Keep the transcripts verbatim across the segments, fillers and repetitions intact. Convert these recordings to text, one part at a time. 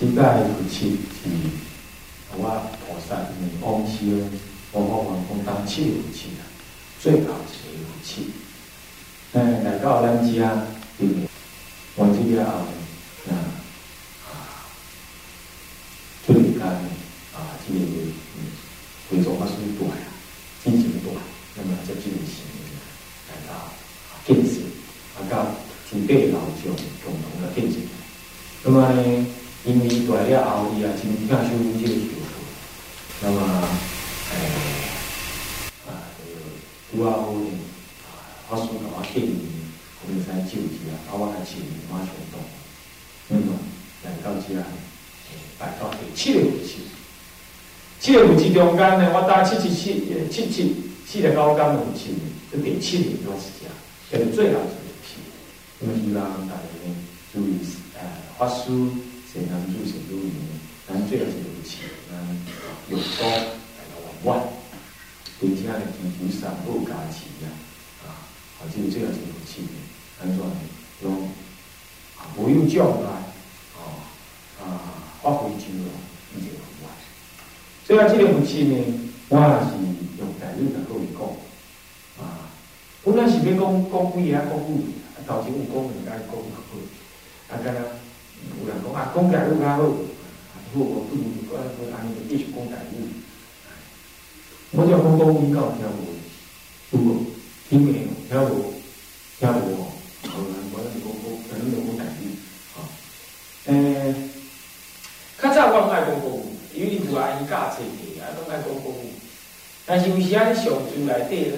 即摆的福气是我菩萨因为往生，我法王讲当七个福气啦，最后一个福气。哎，来到咱家，对不对？我这个后呢，啊，这个间呢，啊，这个嗯，会做法师大啊，真正大，那么这进行来到建设，啊，到祖辈老将共同的建设。那么呢，因为大了后，伊也真正修这个学佛，那么，诶，啊，拄啊好呢，啊，法师甲我建议。我们在救济啊，啊，我来请马全东，那么来到这啊，来到第七个福气。七个福气中间呢，我打七七七七七四十九天的福气，这第七个段时间，叫做最后一个福气。那么希望大家呢，注意呃，法师善男子善女人，咱最后一个福气，咱用功来到圆满，并且呢，祈求三宝加持啊，啊，好，这个最后一个福气。安怎呢？用啊无有障碍，哦啊发挥真容，伊就很完。所以啊，这个福气呢，我也是用台语来跟伊讲啊。本来是要讲讲几个啊，讲几个，头前有讲人家讲好，啊，敢若有人讲啊，讲台语较好，啊，好我不如我我安尼就继续讲台语。我就讲讲语到听无，有无？听没有？听无？听无？好，我我我可能有讲台语，啊，诶，较早我爱讲国语，因为父爱伊教册题，啊，拢爱讲国语。但是有时啊，你上书内底，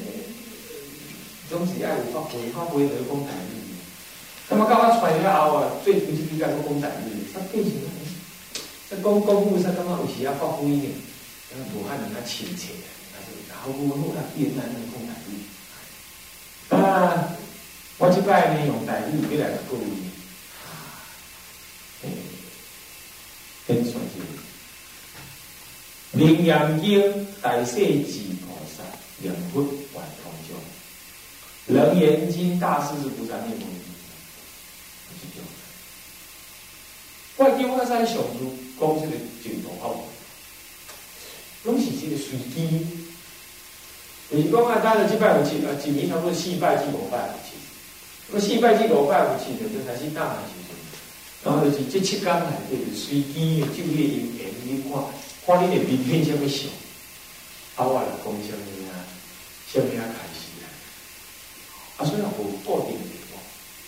总是爱有发挥，发挥就讲台语。那么到我出来了后啊，最初是比较讲台语，啥变成啊？说讲国语，啥感觉有时啊发挥呢，啊，无遐尼啊亲切，啊，好好好啊，越南人讲台语，啊。我即摆呢用台语要来教伊，诶，变算是《楞严经》大势至菩萨念佛圆通中，《楞严经》大势至菩萨念佛，是这样。我记我在上书讲这个净土法门，拢是这个随机。就是讲啊，咱的即摆有七啊，一年差不多四百至五百有七。那四百至五百有七就就开始打的时阵，然后就是这七天内底就随机的就业因缘，你看看你的名片什么想，啊我来讲什么啊，什么啊开始啊，啊所以无固定的地方。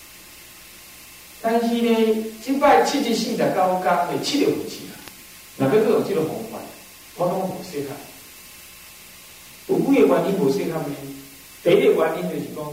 但是呢，即摆七至四十九天的七个福气啊，若要佫有这个方法，我讲无适合。有几个原因无适合呢？第一个原因就是讲。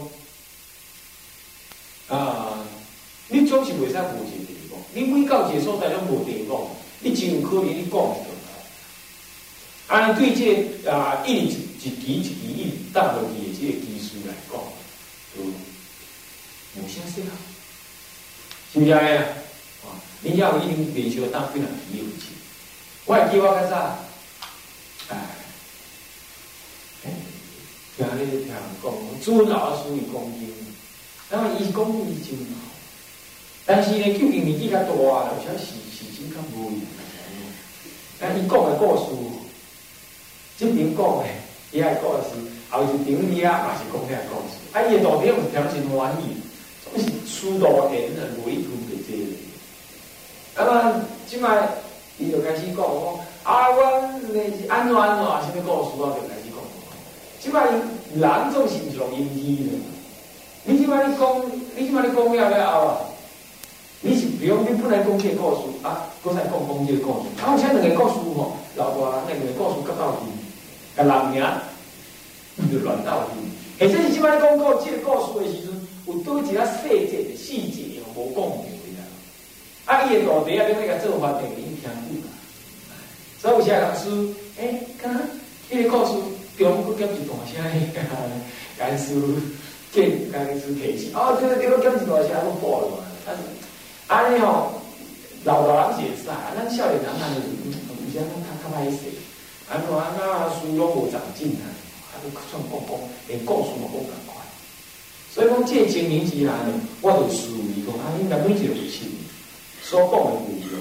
啊！你总是袂使无一个地方，你每到一个所在拢无地方，你真有可能你讲唔出来。安尼对这个啊一一一期一期一搭落去的这个技术来讲，就无啥适合，是不是啊？啊，你要一定连续当几若期有钱，我会记我较早，哎，哎，听你听人讲，主老师伊讲经。然后伊讲伊真好，但是呢，究竟年纪较大了，有些事事情较无用。但伊讲的故事，这边讲的，伊爱故事，后一场伊啊嘛是讲遐故事。啊，伊的道理有条是满意，总是书多言啊，无一通的这个。那么即摆伊就开始讲讲啊，我那是安怎安怎什么故事，我就开始讲。即摆人总是一种阴气的。你即摆你讲，你即摆你讲了了后啊，你是比如你本来讲这个故事啊，搁再讲讲这个故事，啊，而且两个故事吼，老大人两个故事夹到去，甲人名，伊就乱到去。或者是即摆你讲过这个故事的时阵，有倒一啊细节的细节吼无讲明啦。啊，伊的道理啊，你那个做法定伊听久啦。所以有些老师，诶，敢迄个故事中佫减一段声，干事。见刚开始提起，哦，对对对，我减一大声，我报了嘛。但是安尼吼，老大人是会使，咱少年人安尼有时啊，较较歹势。安怎安那书拢无长进啊，啊，都算讲讲，连故事嘛讲共款。所以讲这情形之下呢，我就思维讲，啊，应该每一个事情所讲的内容，应该拢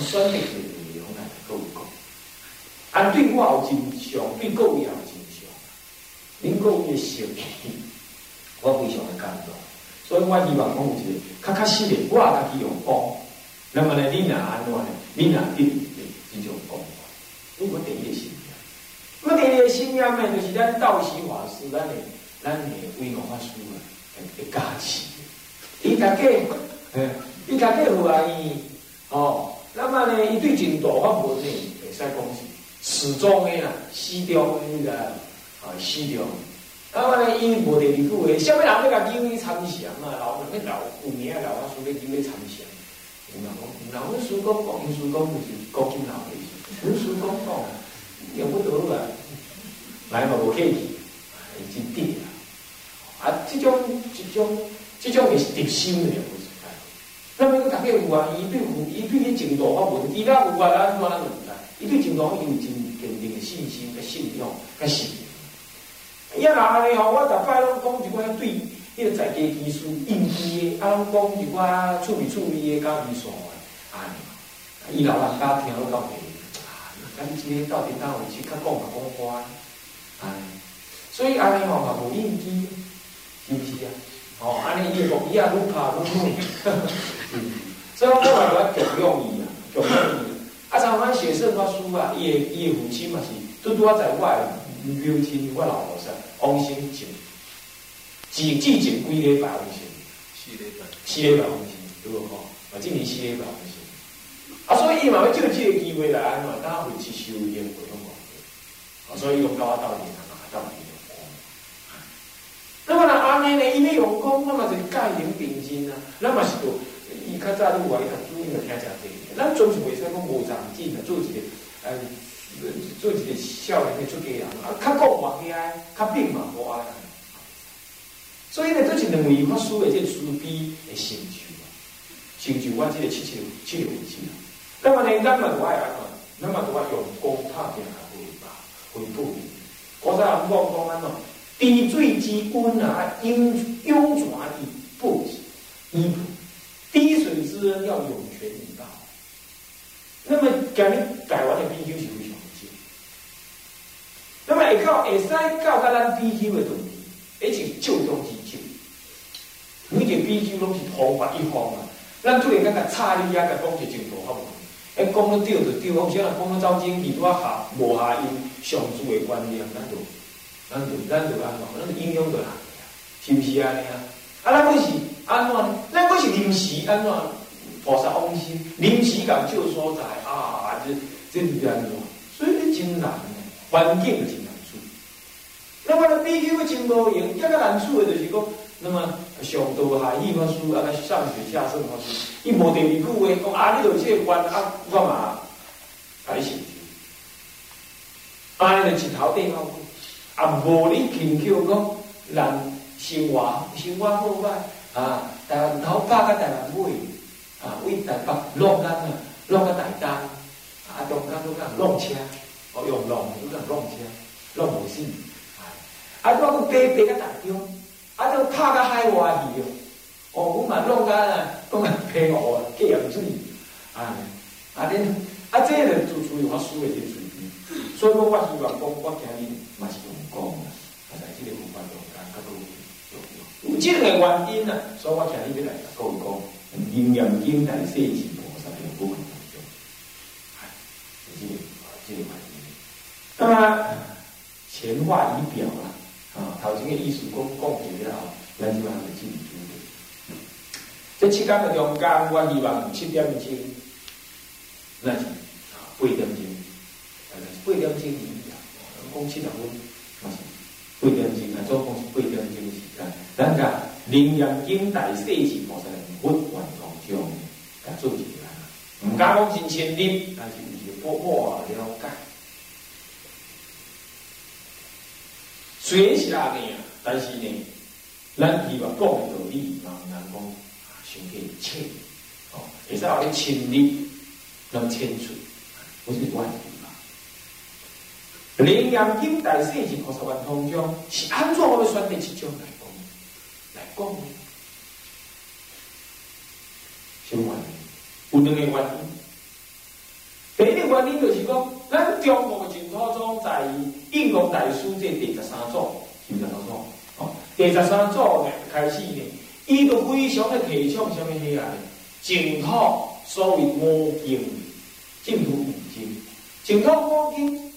选择一个内容来跟各位讲。啊，对我有真相，对各位也有真相。恁各位的心意，我非常的感动。所以我希望讲有一个较较实的，我也家己用讲。那么呢，你若安怎呢？你若得这种讲法，如果第一个信仰，那么第二个信仰呢，就是咱道习法师，咱的咱的威龙法师啊，的加持。伊大家，嗯，伊大家有安尼哦。那么呢，伊对净土法门呢，会使讲是始终的啦，始终的个啊，始终。那么呢，伊无第二句话，啥物人要甲叫伊参详啊？老那老有名的老法师要叫伊参详。有人讲，有人阮师公讲，因师公就是讲金老的意思。阮师公讲，用不着啦，来嘛无客气，真对啦。啊，这种这种这种是特心的，不是假。那么个大家有啊，伊对伊对迄净土法门，伊哪有啊？咱怎咱就唔知。伊对净土法门有真坚定的信心、甲信仰、甲信仰。伊啊，若安尼吼，我逐摆拢讲一寡对迄个在地技术应机的，啊，拢讲一寡趣味趣味的、甲艺术的，安尼。伊老人家听了到底，啊，咱即个到底当有时较讲嘛讲花，安尼。所以安尼吼嘛无应机，是毋是啊？哦，安尼伊会讲伊啊愈拍愈猛，所以我后来我重用伊啊，重用伊。啊，像咱写圣法师啊，伊的伊的父亲嘛是拄拄啊在我的母亲，我老婆是王先静，只只静几礼拜王先，四礼拜，四礼拜王先，对无吼？啊，今年四礼拜王先。啊，所以伊嘛要借这个机会来安怎，当回去修烟回拢讲啊，所以用到我到底啊，到底用功。那么若安尼呢，伊要用功，那么就是戒灵并进啊，那么是着。伊较早你话伊读书，伊就听诚济。咱总是袂使讲无长进啊，做一个呃，做一个少年的出家人啊，较讲话起来，较变嘛无爱。所以呢，这是两位法师的这慈悲的成就啊，成就我这个七七七六位置啊。那么呢，咱嘛就爱安怎？咱嘛就爱用功拍拼来回报回报伊。古早人讲讲安怎？滴水之恩啊，涌涌泉以报以补。滴水之恩要涌泉以报。那么今日台湾的比丘是非常少。那么会到会使教甲咱比丘的问题，而且旧中之旧。每一个比丘拢是方法一方啊。咱突然间甲插你啊，甲讲一净土法门，哎，讲得对就对，或者讲得走正义，拄啊下无下因上主的观念，咱就咱就咱就安怎？咱就应用着人，是毋是安尼啊？啊，咱要是安怎？咱要是临时安怎？菩萨往生，临时甲借所在啊，这这是安怎？所以你真难呢，环境真难处。那么呢，比丘真无用，一个难处的就是讲，那么上道下义法师啊，上学下圣法师，伊无第二句话讲啊，你著这个关啊，干嘛？改成就，安尼就一头顶后啊，无你轻巧讲人生活生活好歹啊，台湾头拍甲台湾尾。啊，为台北弄干啊，弄个大单，啊，中间都讲弄车，哦，用弄都讲弄车，弄无死，啊，我个爬爬个台中，啊，都拍个海外去哦，哦，我嘛弄干啊，讲个平湖啊，计盐水，啊，啊，恁啊，这个就属于我输的这水平，所以讲我希望讲，我今日嘛是用功啊，啊，在这个佛法中间，较多有有这个原因啊，所以我今日要来甲各位讲。阴阳经来设计菩萨的不可当中，哎，这个这个原因。那么前话已表了啊，头前的意思讲讲起了后，咱就还会进入的。这七天的中间，我希望七点钟，那是啊八点钟，大概是八点钟以后，讲七十分，那是八点钟啊，总共是八点钟时间。咱讲阴阳经来设计菩萨的。不完同中，甲做一个啦，唔敢讲真千里，但是有一个薄薄啊了解。虽然是安尼啊，但是呢，咱希望讲的道理，嘛唔难讲啊，伤过浅哦，会使后咧深入，能浅出，不是问题嘛。灵阳经大圣是菩萨完通中，是安怎我要选择这种来讲来讲呢？什么原因？有两个原因。 原因就是讲，咱中国的净土宗在于印光大师这第十三组，是毋是十三组？哦，第十三组呢开始呢，伊就非常的提倡什么呢啊？净土所谓五经，净土五经，净土五经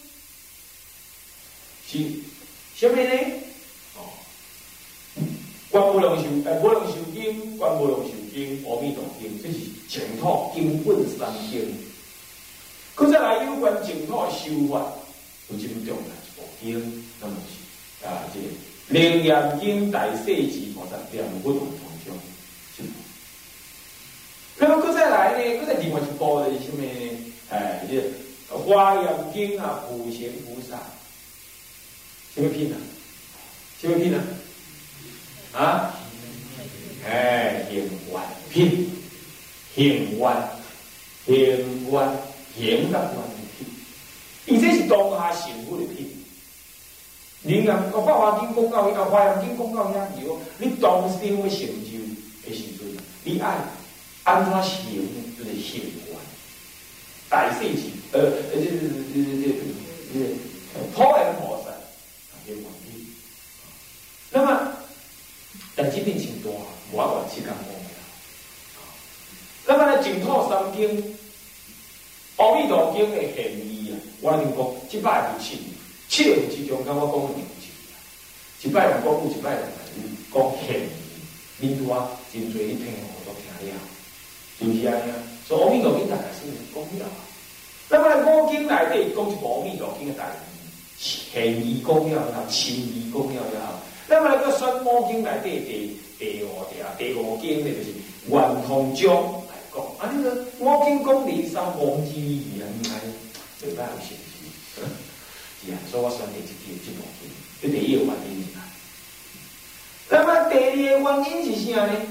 是什么呢？哦，观无量寿，诶，无量寿经、观无量寿经、阿弥陀经，这是净土根本三经。佮再来有关净土的修法，有这么重要一部经，那么是啊，这个《楞严经》大势至菩萨念佛同宗是。那么佮再来呢，佮再另外一部就是什么呢？哎，这《华严经》啊，普贤菩萨，什么品啊？什么品啊？啊？哎，行愿品，行愿，行愿。行甲愿的品，伊这是当下成佛的品。你讲《法华经》讲到，啊《华严经》讲到遐是讲，你当时要成就的时阵，你爱安怎行就是行愿。大势至，呃，这这这这这普贤菩萨行愿品。那么，但这边程度啊，我我只讲讲了。那么呢，净土三经。阿弥陀经的含义啊，我跟你讲，即摆是七七个之中，甲我讲两句啊。一摆用讲古，一摆用讲含义。恁拄啊，真侪你听我都听了，是不是安尼啊？所以阿弥陀经大概是讲了。那么五经内底讲一部阿弥陀经的代志，含义讲了了，深义讲了了。那么个选五经内底第第五条、第五经呢，就是圆通章。啊！你个我经讲离三王之义啊，应该袂歹有成就，是啊，所以我选择这条这部经，这第一个原因是啊。那么第二个原因是啥呢？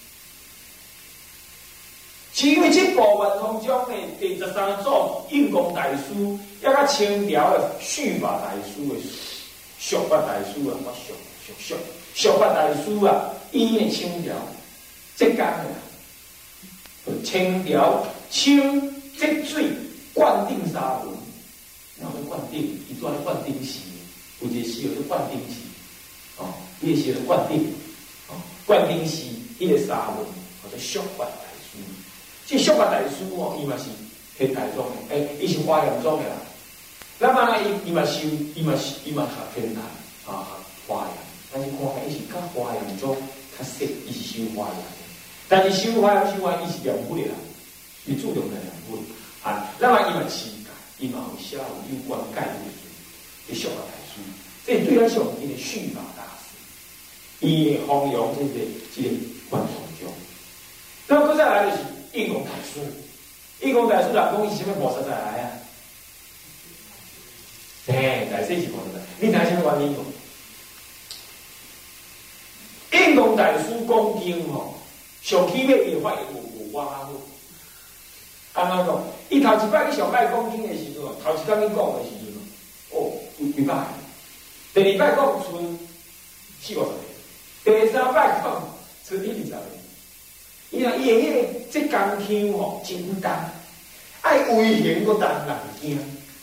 是因为这部圆通章的第十三组印光大师，也甲清朝的续法大师的续法大师啊，我续续续续法大师啊，伊的清朝这间的。清朝清积水灌顶沙文，然后灌顶，伊做咧灌顶诗，有一个诗叫做灌顶诗，哦，伊个诗叫灌顶，哦，灌顶诗，伊个沙文叫做续法大师。这续法大师哦，伊嘛是天台宗的，诶，伊是华严宗的啦。那么呢，伊伊嘛修，伊嘛伊嘛学天台啊，华严，但是看伊是甲华严宗较熟，伊是修华严。但是修华严修完，伊是念佛的啦，伊注重在念佛啊。那么伊嘛持戒，伊嘛有写有有关戒律的书，去续法大师。这对咱上伊个续法大师，伊弘扬这个这个圆通章。那么再来就是印光大师，印光大师人讲伊是什么菩萨再来啊？哎，大势至菩萨，你知什么原因无？印光大师讲经吼。上起码伊发言有有我较好，安怎讲？伊头一摆去上摆讲经的时阵，头一工伊讲的时阵，哦，有几摆；第二摆讲剩四五十个，第三摆讲剩一二十个。伊若伊的迄个这工腔吼真重，爱威胁个人人惊，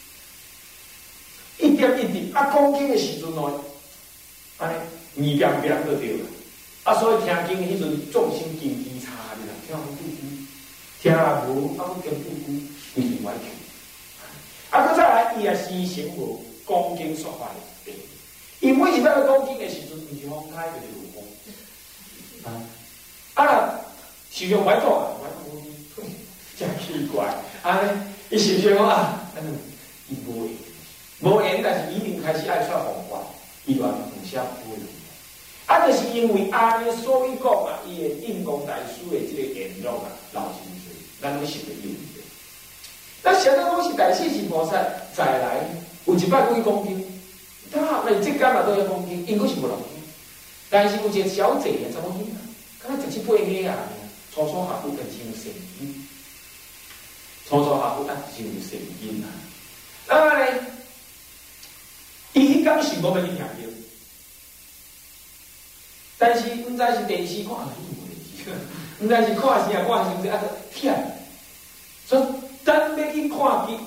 一点一滴啊讲经的时阵哦，安尼耳边边就对了。啊，所以听经迄阵众生根基差的啦，听唔拄拄，听啊无，啊唔跟拄拄，规是歪曲。啊，佮再来，伊也生成无讲经说法的病。伊每一摆要讲经的时阵，毋是风开就是有风。啊，啊，时常歪讲啊，歪讲真奇怪。啊咧，伊时常讲啊，嗯，伊无言，无言，但是伊一定开始爱说方法，伊就唔想无言。啊，就是因为安尼，所以讲啊，伊的印光大师的这个言论啊，老真多，咱拢是会用的。那现在拢是大势至菩萨再来，有一摆去讲经，他那即间嘛都要讲经，应该是无人听。但是有一个小姐啊，怎么听啊？敢若十七八岁啊，初初学佛就真有圣经，初初学佛啊真有圣经啊。那么呢，伊迄讲是无要去听经。但是毋知是电视看啊，伊无电视，毋知是看啥看啥，啊个忝。所以咱要去看经，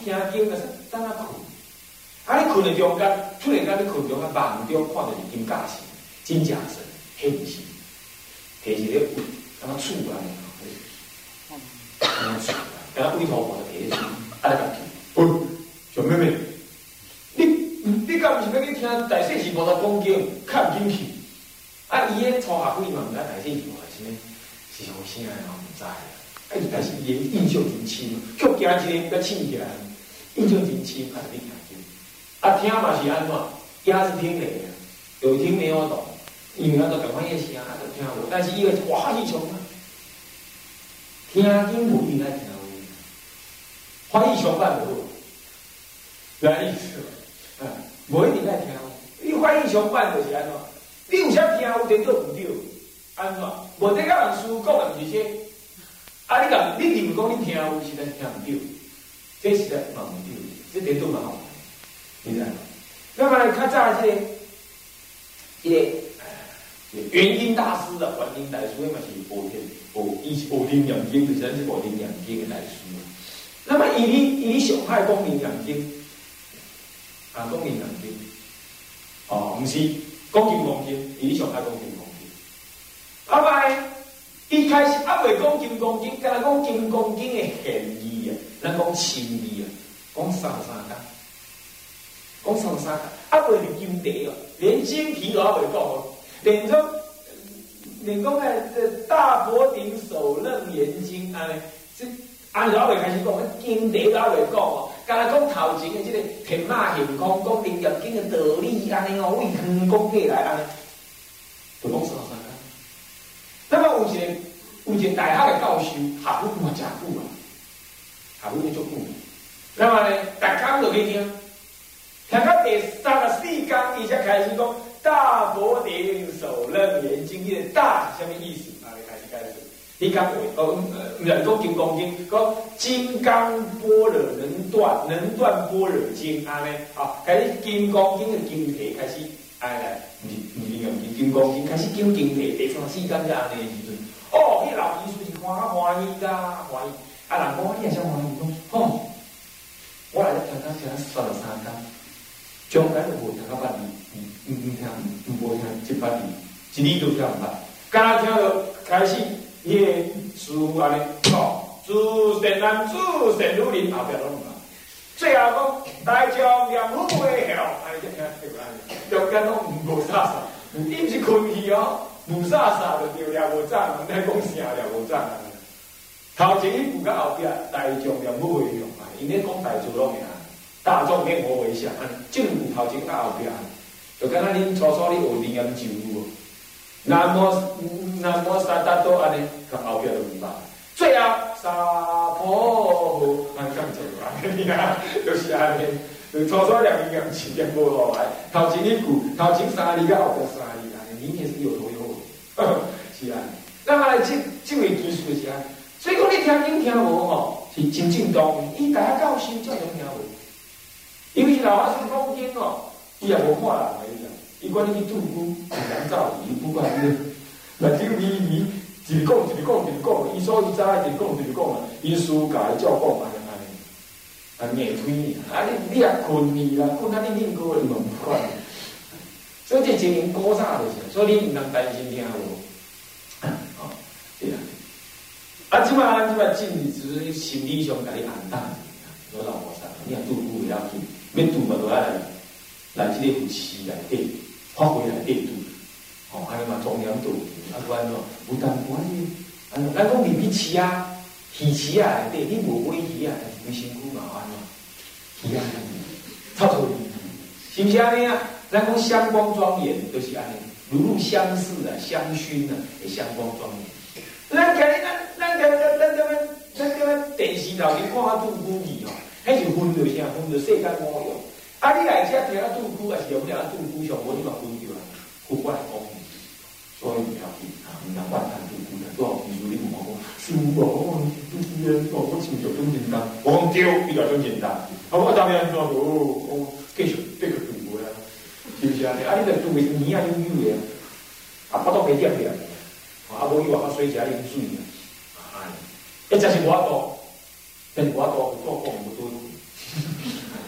听经啊，等下困。啊！你困的中间，突然间你困中间，梦中看到是金甲神、金甲神，迄毋是，摕一个位，敢若厝安尼，敢若厝，敢若龟头婆摕个厝，啊来甲喂，小妹妹，你你敢毋是要去听大势至菩萨讲经，较毋进去？啊，伊个初下鬼嘛，毋知大势至菩萨是咩，是啥物啊？毋知。啊，但是伊个印象真深，脚行一个，甲醒起来，印象真深，啊，你听经。啊，听嘛是安怎？也是听雷啊，有听没有懂，因为那个赶快也声啊，就听无。但是伊个哇喜上啊，听经无应该听有，欢喜上办无，原意思啊，无一定爱听。你欢喜上办就是安怎？你有啥听有颠倒唔对？安怎？无得甲人师讲的毋是这，啊，你讲你认为讲你听有，实在是听唔对，这实在嘛唔对，这颠倒嘛好。你知道？那么较早这个，这个元音大师的观音大师，嘛是学天学以学灵阳经，就是是学灵阳经的大师。那么以你以你上海讲灵阳经，啊讲灵阳经，哦，唔是讲金刚经，以你上海讲金刚经。啊摆，一开始啊未讲金刚经，敢若讲金刚经的现义啊，咱讲深义啊，讲三三讲。讲三三啊，未是金地哦，连金皮都还未讲哦，连种连讲诶，这大佛顶首楞严经安尼，这安都还未开始讲，金地都还未讲哦，敢若讲头前诶，这个天马行空，讲灵验经诶道理安尼哦，为远讲起来安尼，就讲三三啊。那么有一个有一个大学诶教授，学问嘛真久啊，学问足久，那么呢，大家就去听。听到第三十四讲，伊才开始讲大佛顶首楞严经，迄个大是什么意思？啊，开始开始，你讲话哦，呃，唔是讲金刚经，讲金刚般若能断能断般若经，安尼啊，开始金刚经的经题开始，哎来，唔是唔是用金金刚经开始讲经题，第三十四讲才安尼的时阵，哦，迄个老师是欢欢喜噶欢喜，啊，人讲你也想欢喜，讲吼，我来听他讲三十三讲。将来就无听到捌字，唔唔唔听，唔无听一捌字，一字都听唔捌。刚听到开始，伊个师傅安尼讲，诸善男子、善女人后壁拢唔捌。最后讲大将念佛为晓，安尼就听对安尼，中间拢唔无啥啥，伊毋是困去哦，无啥啥就对了无赞，唔知讲啥了无赞啊。头前伊步到后壁，大将念佛为晓，因咧讲大主拢尔。大众念佛为想，安正骨头前到后边，就敢若恁初初咧学灵验咒有无？南无南无萨达多安尼，甲后边就明白。最后萨婆诃，安咁做安尼啊，就是安尼。初初念灵验咒念无落来，头前一句，头前三字甲后边三字安尼，你也是有头有尾，是安尼。那么这这位技术是安尼，所以讲你听经听无吼，是真正当伊大家教授才能听无。因为老和尚讲经哦，伊也无看人个伊啊，伊管你去拄久，自然造诣，不管你，那这个咪咪，一直讲一直讲一直讲，伊所以知一直讲一直讲啊，因师教伊照讲安尼安尼，啊硬推你，啊你你也困去啦，困啊你恁个你嘛唔管，所以这经营古早就是，所以你唔通担心听无，哦，对啊，啊即摆即摆进只是心理上甲你安淡，我老和尚，你若拄久袂要紧。要拄嘛，都要来来即个扶持内底，发挥内底拄，吼，安尼嘛重点拄，啊，不然喏，有淡薄仔，安尼，咱讲面面饲啊，鱼饲啊内底，你无尾鱼啊，但是规身躯嘛安怎？鱼啊，臭臭鱼，是毋是安尼啊？咱讲香光庄严，就是安尼，如入相似啊，香薰啊，会香光庄严。咱今日咱咱咱咱咱咱咱咱电视头前看啊拄久去吼。迄是分着啥？分着世间五用。啊，你来遮听啊拄久，还是用听啊拄久上无你嘛分着啊？苦我来讲，所以唔要紧啊，唔能万叹拄久啦。多少比如你问我讲，师傅啊，拄久啊，我我亲像准简单，我讲对，比较准简单。啊，我当然怎哦，我继续继续拄过啊，是不是啊？啊，你着拄个年啊，悠悠的啊，啊，巴肚袂点点，啊，无伊话较水食啉水啊，哎，一直是无法度。但我都都讲不多，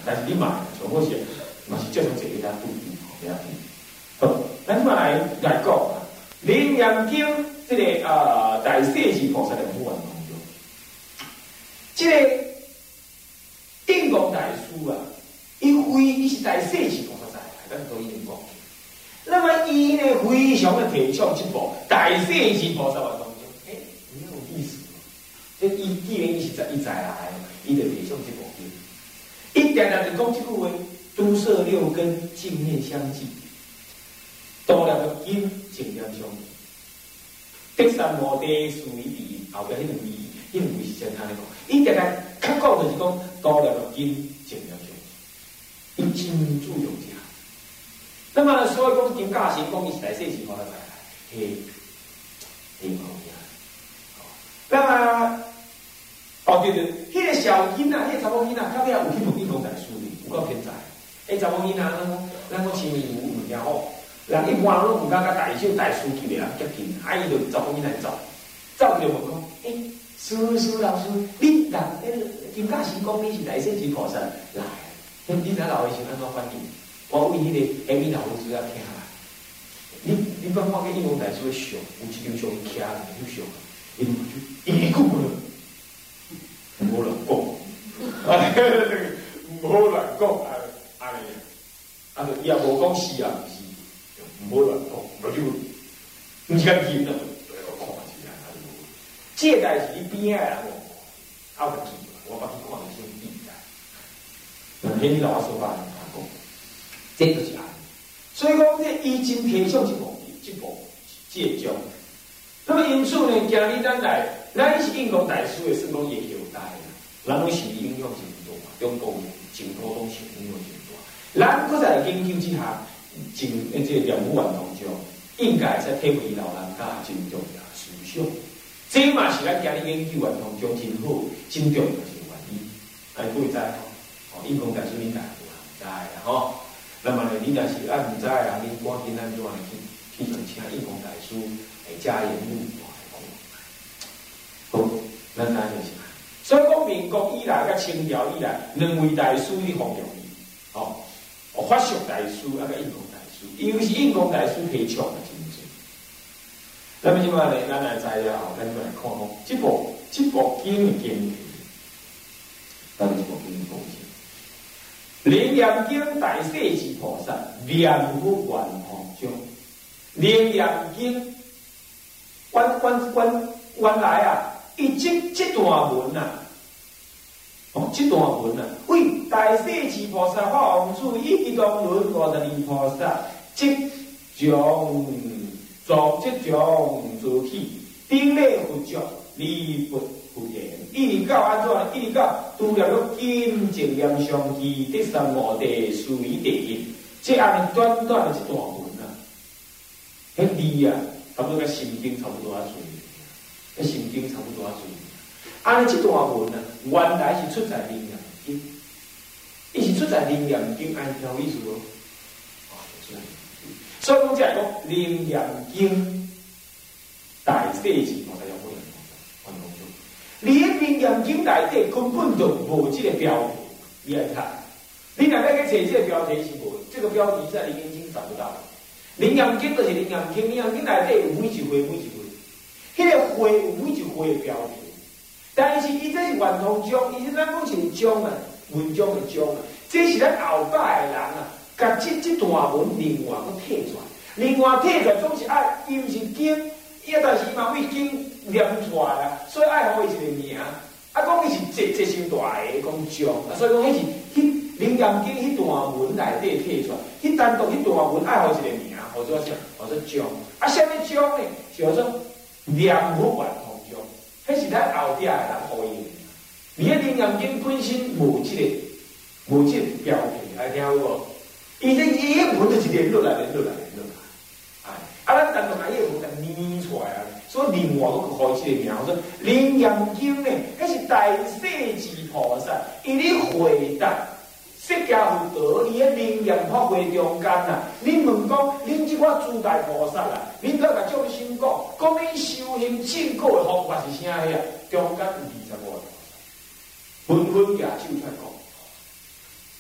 但是你买全部是嘛是这种一个不一不要紧。好，咱即来来讲啊，《楞严经》这个啊、呃、大势至菩萨的不完当中，这个印光大师啊，伊非伊是大势至菩萨在，咱都已经讲。那么伊呢非常的提倡这部大势至菩萨完当中，哎、欸，没有意思。这伊既然伊是在伊在来，伊就提倡这部经。伊定定就讲这句话：都摄六根，净念相继。多了个因情念相依，第三摩地属于第后边迄两字，迄两字是真安尼讲。伊定定较讲就是讲多了个因情念相依，伊真注重这。那么所以讲金家神讲伊是大势至菩萨在来，嘿，挺好听。那么哦对对，迄、那个小囡仔，迄、那个查某囡仔，到尾有去问印光大师哩，有够偏财。迄查某囡仔，咱讲咱讲生命有物件好。人一般拢唔敢甲大手大书记的人接近，啊伊就走进来走，走就问讲：诶、欸，师师老师，你人迄金家神讲你是大势至菩萨来，你你哪老的时安怎反应？我为迄个下面老师要听啦。你你捌看个印光大师的相，有一张相伊徛咧，翕相，伊就伊讲无，唔好乱讲，唔好乱讲，啊安尼，啊就伊也无讲是啊。唔好乱讲，我就唔是咁见啦，我看一下，这代是你边仔人我，我不记，我把去看先记在。那天你老说话，他讲，这就是安。所以讲，这以真提倡一部一部这种。那么因此呢，今日咱来，咱是印光大师的，算讲也有代啦，咱拢是应用真多，中国真多东西应用真多。咱搁在研究之下。真诶，这个了无完当中，应该在体会老人家真重要思想。这嘛是咱今日研究完当中真好、真重要的原因。哎，各位知吼，哦，印光大师应该有人知啦吼。那么呢，你若是啊唔知的人，你赶紧咱就来去去请请印光大师诶加言入来看。好，咱知就是。所以讲民国以来、甲清朝以来，两位大师咧弘扬伊，哦。法术大师啊，个印光大师，尤其是印光大师提倡的真正。那么即摆咧，咱来知了后，咱就来看吼，这部这部经的经题，咱这部经讲啥？楞严经大势至菩萨念佛圆通中，楞严经原原原原来啊，伊这这段文啊。哦，这段文啊，为大势至菩萨法王子以一段轮五十二菩萨，即种作即种自体，顶礼佛足，礼佛佛言，一直到安怎？一直到除了个金净念相继，第三摩地属于第一，即安尼短短的一段文啊，迄字啊，差不多跟心经差不多啊水，跟心经差不多啊水。安尼这段文啊，原来是出在楞严经，伊是出在楞严经，按条意思咯。哦，所以讲，即係講楞嚴經大勢至菩薩有冇人講？我講咗，你喺楞嚴經內底根本就無這個標題，你來看，你若要去找這個標題是無，這個標題在楞嚴經找不到。楞嚴經就是楞嚴經，楞嚴經內底有每一回每一回，迄個回有每一回嘅標題。但是伊這是圓通章，伊是咱講是章啊，文章嘅章啊，這是咱後擺嘅人啊，甲這這段文另外佫摕出來，另外摕出來總是愛，伊毋是經，伊啊但是伊嘛為經念出來啊，所以愛互伊一個名，啊講伊是這這傷大個講章，啊所以講迄是迄楞嚴經迄段文內底摕出來，迄單獨迄段文愛互一個名，或者啥，或者章，啊啥物章呢？叫做念佛圓通章。迄是咱後壁嘅人互伊，而迄楞嚴經本身無即、這個無即個標題，來聽有無？伊這伊迄文就是連落來連落來連落來，哎，啊咱單獨把迄個文甲捏出來啊，所以另外佫互伊即個名，說楞嚴經呢，迄是大勢至菩薩，伊咧回答釋迦佛陀伊喺楞嚴法會中間啊，恁問講，恁即款諸大菩薩啊，恁都甲眾生講，講恁修行正果嘅方法是啥呀？中間有二十五個菩薩，紛紛舉手出來講，啊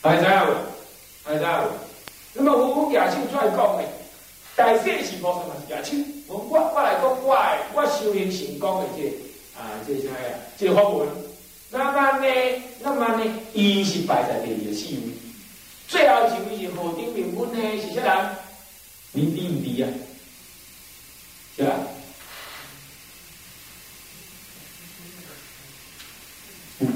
还知影无？还知影无？那么我我亚手怎来讲呢？大势至菩萨嘛是亚手。我我我来讲，我的我修行成功的这个、啊，这是啥呀？这个法门。那么呢，那么呢，伊是摆在第二个四位。最后一位是何顶名本呢？是啥人？你知唔知啊？是吧？嗯，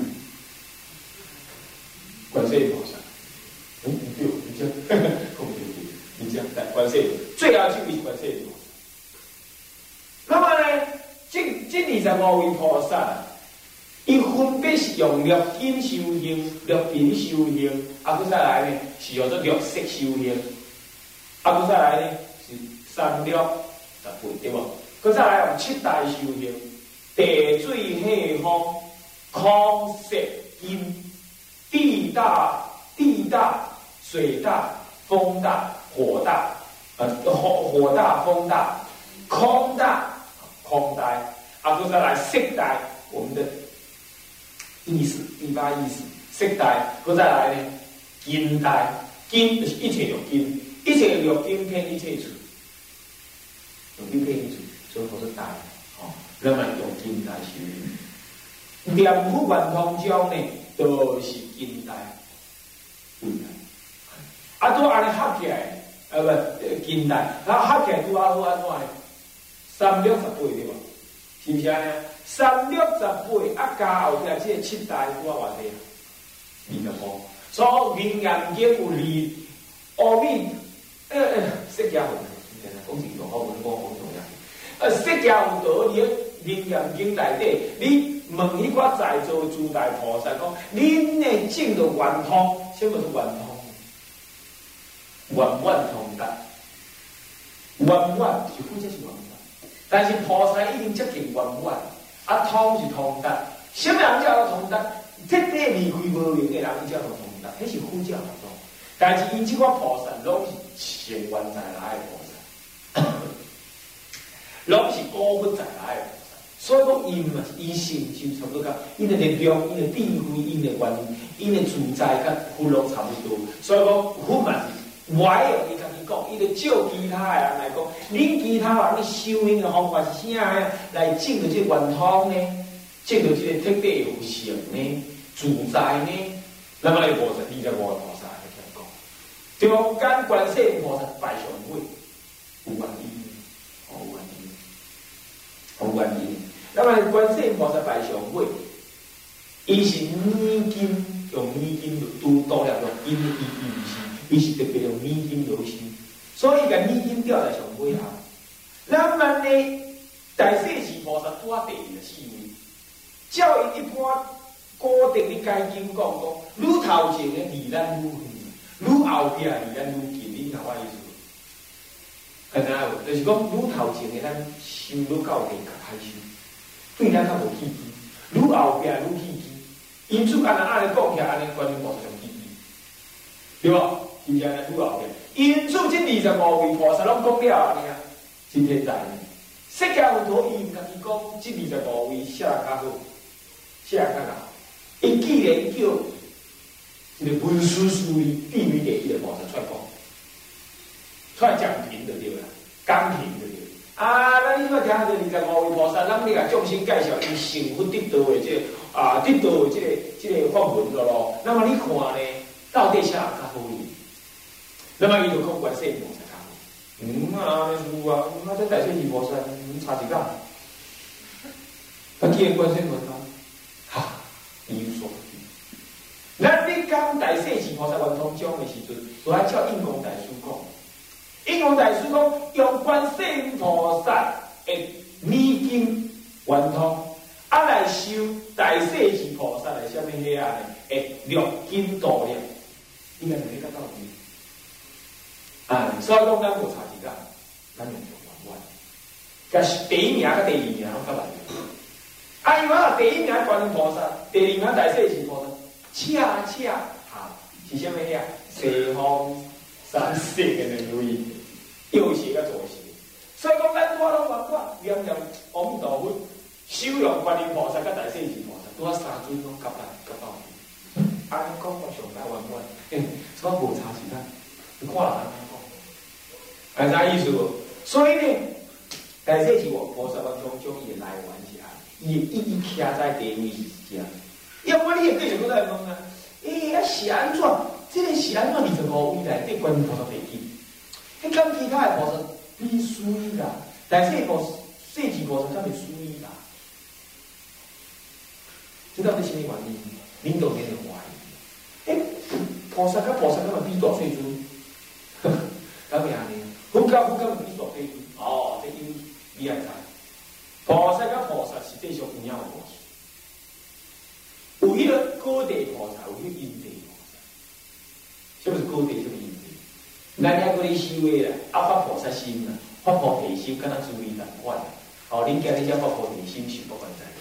观世音菩萨。嗯，对，你讲，对对对，你讲，来观世音，最后一位是观世音菩萨。那么呢，这这二十五位菩萨，伊分别是用六根修行、六品修行，啊，佮再来呢是用做六识修行，啊，佮再来呢是三六十八，对无？佮再来用七大修行：地水火风、空色金、地大、地大、水大、风大、火大，呃，火火大、风大、空大。空大，啊，都再来色大，我们的意思，第八意思，色大，都再来呢，金大，金就是一切六金，一切六金偏一切处，六金偏一处，所以叫做大，哦，那么用金大修行，念佛圆通章呢，都是金大，金大，啊，都安尼合起来，呃不，金大，然后合起来拄啊好安怎呢？三六十八对吧？是不是安尼？三六十八啊，加后边这七大拄啊偌济？二十五。所以楞严经有二，阿弥呃呃，释迦佛，现在讲清楚，我们讲好重要。呃，释迦佛道，你楞严经内底，你问迄寡在座诸大菩萨讲，恁的证着圆通，什么是圆通？圆满通达，圆满是或者是圆满。但是菩萨已经接近圆满，啊通是通达，什么人叫做通达？彻底离开无明的人，伊叫做通达，迄是呼叫活动。但是因即个菩萨拢是成愿在来的菩萨，拢是高分在来的菩萨。所以讲因嘛，因性就差不多讲，因的力量、因的智慧、因的愿、因的自在，甲佛拢差不多。所以讲佛嘛是。歪哦，伊家己讲，伊就照其他的人来讲，恁其他人你修行的方法是啥呀？来证到这圆通呢？证到这个特别有性呢？自在呢？那么你菩萨，二十五个菩萨来讲，中间观世音菩萨拜上位，有原因，有原因，有原因。那么观世音菩萨拜上位，伊是五金用五金拄到了用金的意义是。伊是特别用米金流心，所以甲米金吊在上尾下。那么呢，大势至菩萨拄啊第二个四位，照伊一般固定的解经讲讲，愈头前的离咱愈远，愈后壁离咱愈近，你听我意思？安怎有？就是讲愈头前的咱修愈到地较歹修，对咱较无契机；愈后壁愈契机。因此，安尼安尼讲起来，安尼观音菩萨上契机，对无？是不是安尼拄后边？因此，这二十五位菩萨拢讲了呢，真天才呢。释迦佛陀伊毋家己讲，这二十五位写较好，写较好。伊既然叫一个文殊师利地位第一的菩萨出来讲，出来讲评就对啦，讲评就对。啊，咱你看听到二十五位菩萨，咱你甲众生介绍因成佛得道的这个、啊得道的这个这个法门了咯。那么你看呢，到底写较好呢？那么伊就讲观世音菩萨较好。嗯啊，是啊，那这大势至菩萨，你差一杠。啊，既然观世音菩萨，哈，伊有所不同。咱你讲大势至菩萨圆通章的时阵，就爱照印光大师讲。印光大师讲，用观世音菩萨的米经圆通，啊来修大势至菩萨的什么遐呢？诶，六根度量，应该两个道理。啊，所以讲咱无差一个，咱用圆满。甲第一名甲第二名拢较难。啊，因为啊，第一名观音菩萨，第二名大势至菩萨，恰恰哈是啥物呀？西方三世的留意，右斜甲左斜。所以讲咱我拢圆满，念念阿弥陀佛，修用观音菩萨甲大势至菩萨，拄啊三尊拢夹来夹到去。 安尼讲我上台湾湾，嘿，我无查其他，你看人安尼讲，係啥意思無？所以呢，但係這是我菩薩我種種伊來玩下，伊伊伊徛在地位是這樣，要不然你也繼續在問啊，誒啊是安怎？這個是安怎？二十五位內底觀音菩薩地基，迄跟其他的菩薩比水啦，但是菩世智菩薩較袂水啦，這到底什麼原因？領導人就懷疑，誒菩薩甲菩薩咁咪比大水尊，咁樣呢？佛教佛教咪比大水尊，哦，這因你愛知，菩薩甲菩薩實際上有影無關係，有迄個高地菩薩，有迄個因地菩薩，什麼是高地？什麼因地？咱遐嗰啲修嘅啦，啊發菩薩心啦，發菩提心，敢若注意難管，哦，恁今日才發菩提心是不管在。